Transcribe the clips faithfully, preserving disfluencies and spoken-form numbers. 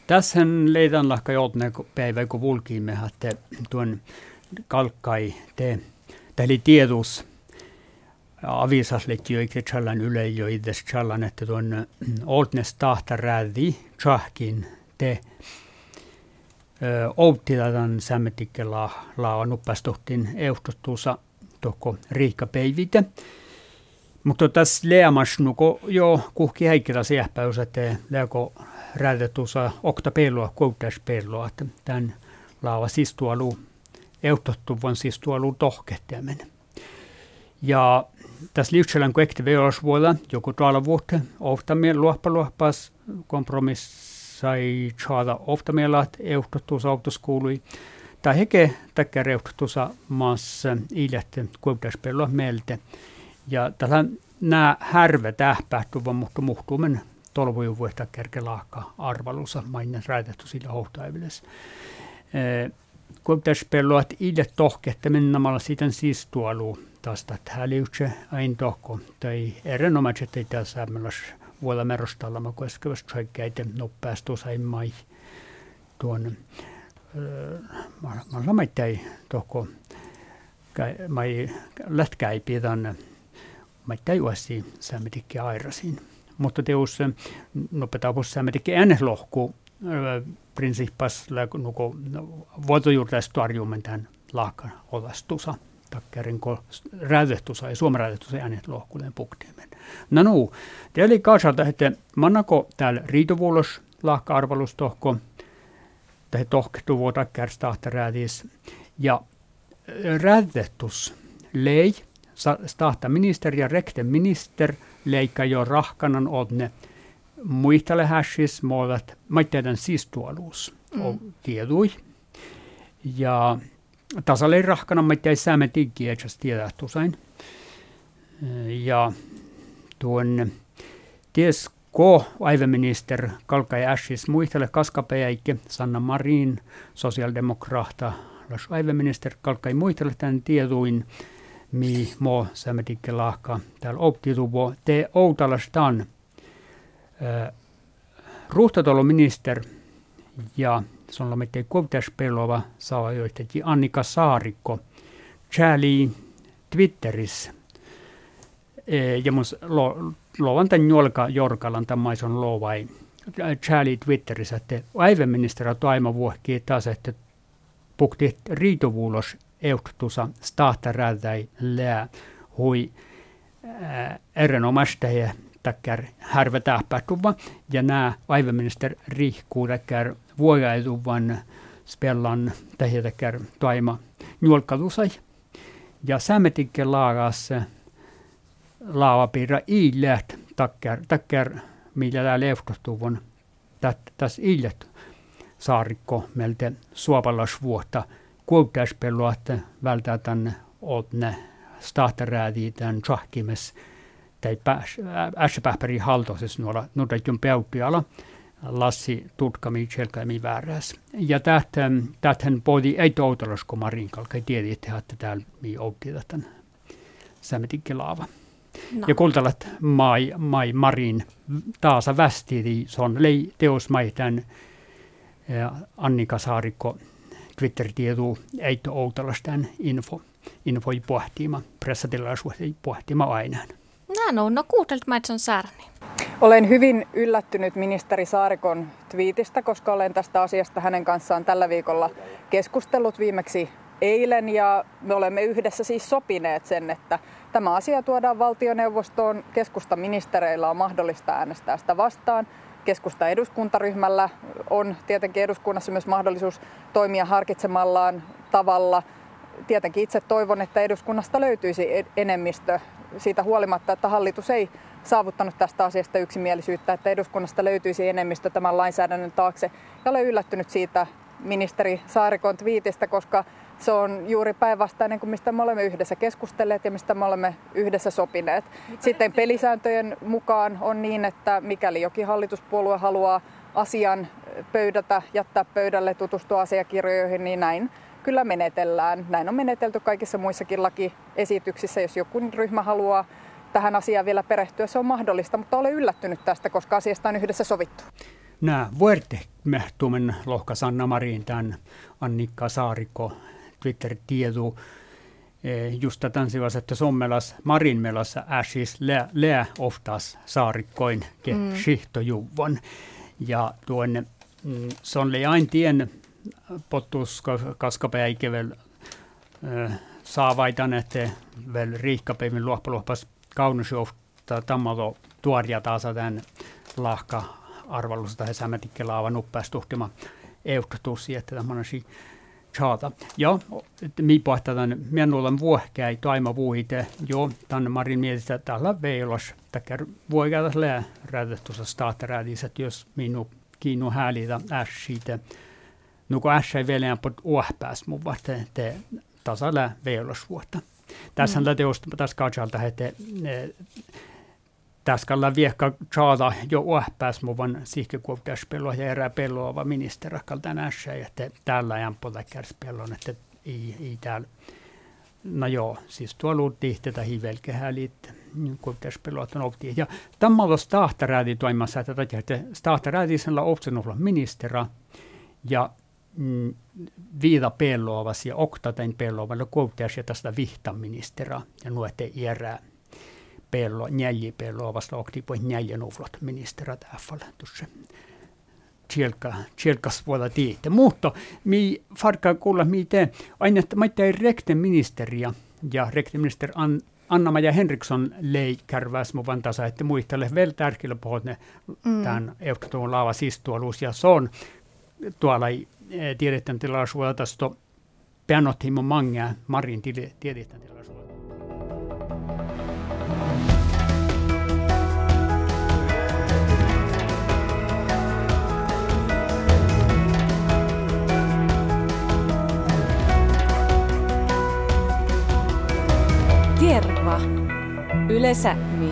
Tässähän leidän lahka joutne päivä, kun vulkiimme, että tuon kalkkai te, täli tiedus avisasletio eikä challan yleijö itse challan, että tuon oltnes tahta räädi tjahkin te outtitadan sämmetikke laa nuppastuhtin euhtostuusa toko riikkapäivitä. Mutta tässä leamas nuko jo kuhki häikkilä siehpäys, että leako räädetuusa oktapelua, koutäispelua, että tämän laava siis tuolu euhtottuvan siis tuolu tohkehtiamen. Ja tässä liutsellään kuekti veolasvuoda, joku tuolla vuotta, oftamien luoppa-luoppas kompromissai tsaada oftamielat euhtottuusa autoskuului. Tai heke takia euhtottuusa maassa iljätte koutäispelua meiltä. Ja tällä nämä härve tähpähtuvan, mutta muhtuumen tolvujen vuotta kärkelaakka arvalussa mainen räätetty sillä hohtaivilles. Koutäispelua, että ilje tohkehti mennämällä sitten siis tuoluu tästä, että hän liutse aina tohko. Tai erinomaiset ei tässä ämmälläs vuolla merostalla, mä koskevat tsoikkäitä noppeastuu sain mai tuon. Mä lamaittain tohko, mai lätkäipi tänne. Mä tajuasi sämmetikki airasin. Mutta teus nopetapus sämmetikki ennen lohku prinsippas nuko vuotojuurtaista arjumen tämän laakan olastusa. Takkärinko räädehtusa ja suomräädehtusa ennen lohkuleen puktiimen. No nu, te oli kaasata, että mannako täällä riitovuolos laakka-arvalus tohko, tai tohkehtu vuota kärstahta räädis. Ja räädehtus lei, stahta minister ja rekte minister leikka jo rahkanan odne muistale hässis muutat maitteiden siis tuoluus mm. tiedui. Ja tasalle rahkanan maitteiden säämme tiggi etsäs tiedähtu sain. Ja tuon ties ko aiveminister kalkai ässis muistale kaskapäjäikke Sanna Marin sosialdemokraata las aiveminister kalkai muistale tämän tieduin mi mo sämmetikke lahka täällä optituvo te outalastaan äh, ruhtatolominister ja se on lomittei koutäispelova saa joistetti Annika Saarikko tjääli Twitterissä e, ja mun lo, lovan tämän jolka jorkalan tämän maison lovai tjääli Twitterissä että aiveministeri toima vuohki taas että pukti riitovuulos euhtusa stahta räädäi lää hui erinomaista ja takkar härvä tähpätuva ja nämä aiveminister rihkuu takkar vuojaituvan spellan tai takkar toima juolkalusai ja sämmetikke laagas laavapiirra iilät takkar takkar millä täällä euhtustuvan tässä iilät Saarikko meiltä suopallasvuotta koutäispelua, että välttää tämän otne stahtaräädiä tämän tjahkimes tai ässäpähpäri haltoisessa nuolla nuotajun peuttiala Lassi tutkami tjelkäimi vääräs. Ja tähän podi ei toutalas, kun Marin kalkai tiedi, että täällä mi outtida tämän sämmetikki laava. No. Ja kultalat mai, mai Marin taasa västiri, se on lei teos mai tämän Annika Saarikko Twitter-tietu ei outalas tämän info, infoi pohtiima, pressatilaisuus ei pohtiima ainaan. No, no kuuntelit Maitson Saarni. Olen hyvin yllättynyt ministeri Saarikon twiitistä, koska olen tästä asiasta hänen kanssaan tällä viikolla keskustellut viimeksi eilen ja me olemme yhdessä siis sopineet sen, että tämä asia tuodaan valtioneuvostoon. Keskustan ministereillä on mahdollista äänestää sitä vastaan. Keskustan eduskuntaryhmällä on tietenkin eduskunnassa myös mahdollisuus toimia harkitsemallaan tavalla. Tietenkin itse toivon, että eduskunnasta löytyisi enemmistö siitä huolimatta, että hallitus ei saavuttanut tästä asiasta yksimielisyyttä, että eduskunnasta löytyisi enemmistö tämän lainsäädännön taakse. Ja olen yllättynyt siitä ministeri Saarikon twiitistä, koska se on juuri päinvastainen kuin mistä me olemme yhdessä keskustelleet ja mistä me olemme yhdessä sopineet. Sitten pelisääntöjen mukaan on niin, että mikäli jokin hallituspuolue haluaa asian pöydätä, jättää pöydälle, tutustua asiakirjoihin, niin näin kyllä menetellään. Näin on menetelty kaikissa muissakin lakiesityksissä, jos joku ryhmä haluaa tähän asiaan vielä perehtyä, se on mahdollista, mutta olen yllättynyt tästä, koska asiasta on yhdessä sovittu. Nämä vuorte mehtumen lohka Sanna Marin tämän Annikka Saarikko Twitter-tietu. Just tämän sivas, että sommelas Marin melassa äsis lää, lää oftas Saarikkoin ke mm. sihtojuvon. Ja tuonne mm, se on aina tien pottus kaskapäikä vel äh, saavaitan, että vel riikkapäivin luohpaluohpas kaunisjohtaa tammalo tuoria taas tämän lahka arvallusta ja sämätikkellä aivan uppeastuhtima euhtutussi, että tämmöinen tjaata. Ja mi pohtaan, minä nuolan vuohkäi taima vuhite, jo tänne Marin mielestä tällä veilos, täkkär vuohkäitäs lää räätettussa staattarädissä, että jos minun kiinnu häälitä ässitä, nuko ässä ei vielä på uohpääs mun vasta te tasa lää veilos vuotta. Tässä on teosta tässä katsalta, että tässä kalla viekka tjaata jo uohpääs mun van sihkekuoptäspelua ja erää pelloava ministerakkal tänä ässä, että tällä ajan polakärspellon, että ei, ei täällä. No joo, siis tuolla luutti tätä hivelkehäälit, kuoptäspelua on opti. Ja tämä on stahtarädi toimassa, että stahtarädi sen optionulla ministera ja mm, viida pelloavas ja oktatain pelloavalla kuoptäs ja tästä vihtaministera ja nuotte erää. Pello, neljä pelloa vasta oktipo neljä nuvlot ministera täffällä tuossa tjelka tjelkas vuoda tiitä. Mutta mi farka kuulla miten aina että ei rekten ministeriä ja rekten minister An, Anna-Maja Henriksson lei kärväs mu vantasa että muistalle vel tärkeillä pohot ne mm. tämän euhtuun laava sistuolus ja se on tuolla e, tiedetään tilaisuudella tästä peanottimo mangia Marin tiedetään tilaisuudella. Terva. Yle Sähmi.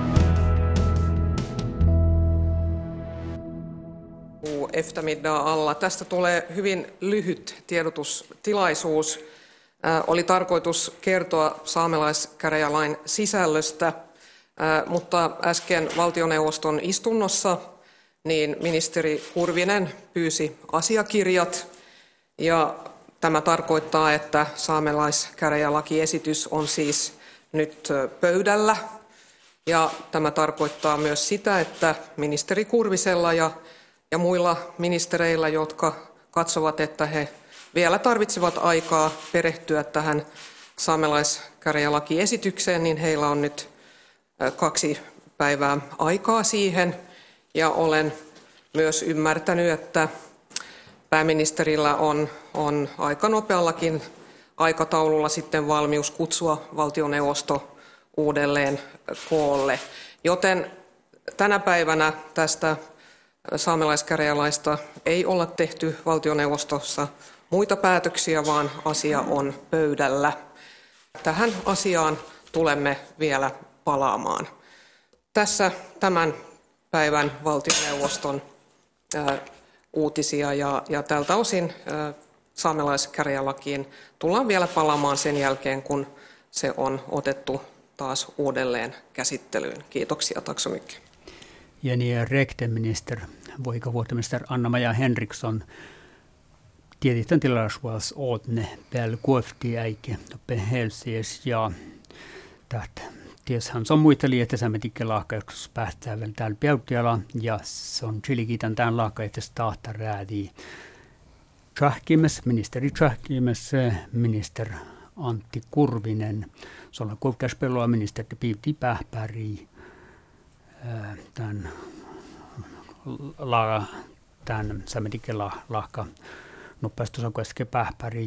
Eftermiddag alla. Tästä tulee hyvin lyhyt tiedotustilaisuus. Äh, oli tarkoitus kertoa saamelaiskäräjälain sisällöstä, äh, mutta äsken valtioneuvoston istunnossa niin ministeri Kurvinen pyysi asiakirjat ja tämä tarkoittaa, että saamelaiskäräjälakiesitys on siis nyt pöydällä. Ja tämä tarkoittaa myös sitä, että ministeri Kurvisella ja, ja muilla ministereillä, jotka katsovat, että he vielä tarvitsevat aikaa perehtyä tähän saamelaiskäräjälakiesitykseen, niin heillä on nyt kaksi päivää aikaa siihen. Ja olen myös ymmärtänyt, että pääministerillä on, on aika nopeallakin aikataululla sitten valmius kutsua valtioneuvosto uudelleen koolle. Joten tänä päivänä tästä saamelaiskäräjälaista ei olla tehty valtioneuvostossa muita päätöksiä, vaan asia on pöydällä. Tähän asiaan tulemme vielä palaamaan. Tässä tämän päivän valtioneuvoston ää, uutisia ja, ja tältä osin ää, saamelaiskäräjälakiin tullaan vielä palaamaan sen jälkeen, kun se on otettu taas uudelleen käsittelyyn. Kiitoksia, tack så mycket. Ja niin rekteminister, voikavuotominister Anna-Maja Henriksson tiedetään tilaisuudessa åtne väl kuofti äike uppe Helsies ja tätä. Tieshän se on muita liitä sämetikke laakka, jos päästään vielä täällä Piautiala ja se on chilikitan tämän laakka, että tahta räädii. Tjahkimes, ministeri Tjahkimes, minister Antti Kurvinen, se on kuitenkin ministeri Piivti Pähpäri, tämän, la, tämän sämetikke laakka, nopeasti on kuitenkin Pähpäri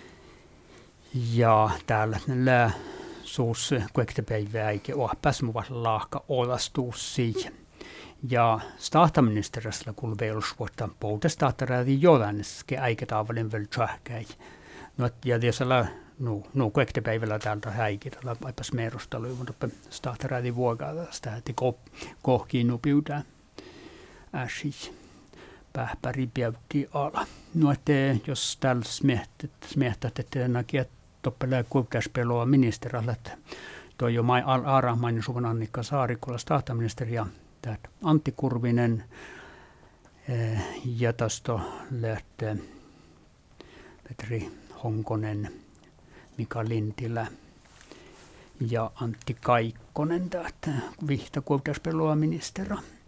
ja täällä lää suus kuitenkin eikä ole pääsmuvat laakka olastuu siihen. Ja stahtaministeriössä kuuluu veilosvuotta pouta stahtarädi jodanneske aikataavallin väl tjahkäi. No ja tiesellä no no kuitenkin päivällä täältä häikitellä aipas merusta lyy, mutta stahtarädi vuokaa sitä että kohkiin nupiutaan äsi Pähpäri Piauti ala. No että jos täällä smehtät, että näkee toppelää kuitenkin ministerillä, että toi jo mai Aara mainin suvan Annikka Saarikkola stahtaministeri ja Antti Kurvinen Ja tästä lähtee Petri Honkonen, Mika Lintilä ja Antti Kaikkonen, tämä vihtakuutaspelua ministeri.